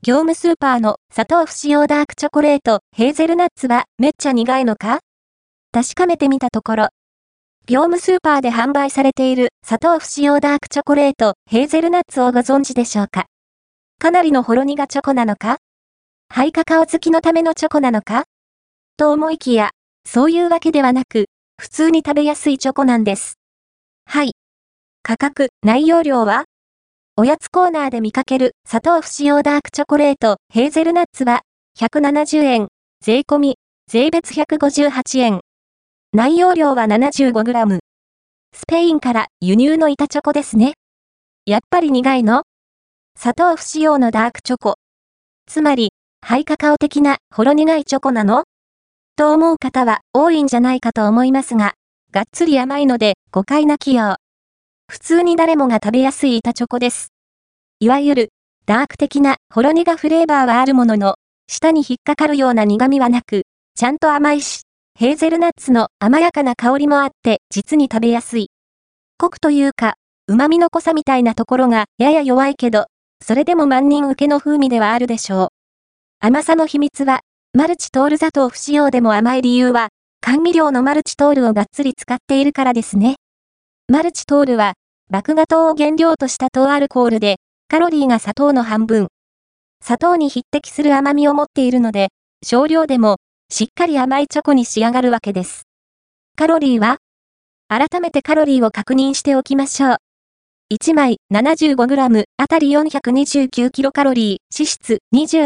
業務スーパーの砂糖不使用ダークチョコレートヘーゼルナッツはめっちゃ苦いのか？確かめてみたところ、業務スーパーで販売されている砂糖不使用ダークチョコレートヘーゼルナッツをご存知でしょうか？かなりのほろ苦チョコなのか？ハイカカオ好きのためのチョコなのか？と思いきや、そういうわけではなく、普通に食べやすいチョコなんです。はい。価格、内容量は？おやつコーナーで見かける砂糖不使用ダークチョコレートヘーゼルナッツは170円、税込み、税別158円。内容量は 75g。スペインから輸入の板チョコですね。やっぱり苦いの？砂糖不使用のダークチョコ。つまり、ハイカカオ的なほろ苦いチョコなの？と思う方は多いんじゃないかと思いますが、がっつり甘いので誤解なきよう。普通に誰もが食べやすい板チョコです。いわゆる、ダーク的なほろ苦フレーバーはあるものの、舌に引っかかるような苦味はなく、ちゃんと甘いし、ヘーゼルナッツの甘やかな香りもあって実に食べやすい。コクというか、旨味の濃さみたいなところがやや弱いけど、それでも万人受けの風味ではあるでしょう。甘さの秘密は、マルチトール砂糖不使用でも甘い理由は、甘味料のマルチトールをがっつり使っているからですね。マルチトールは、麦芽糖を原料とした糖アルコールで、カロリーが砂糖の半分。砂糖に匹敵する甘みを持っているので、少量でも、しっかり甘いチョコに仕上がるわけです。カロリーは？改めてカロリーを確認しておきましょう。1枚 75g あたり429キロカロリー、脂質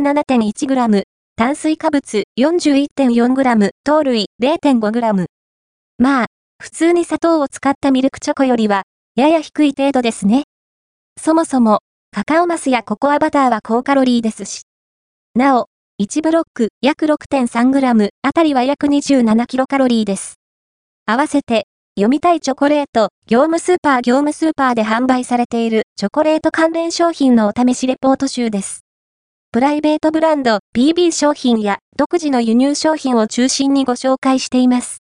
27.1g、炭水化物 41.4g、糖類 0.5g。まあ、普通に砂糖を使ったミルクチョコよりは、やや低い程度ですね。そもそも、カカオマスやココアバターは高カロリーですし。なお、1ブロック約 6.3g あたりは約27キロカロリーです。合わせて、読みたいチョコレート、業務スーパーで販売されているチョコレート関連商品のお試しレポート集です。プライベートブランド PB 商品や独自の輸入商品を中心にご紹介しています。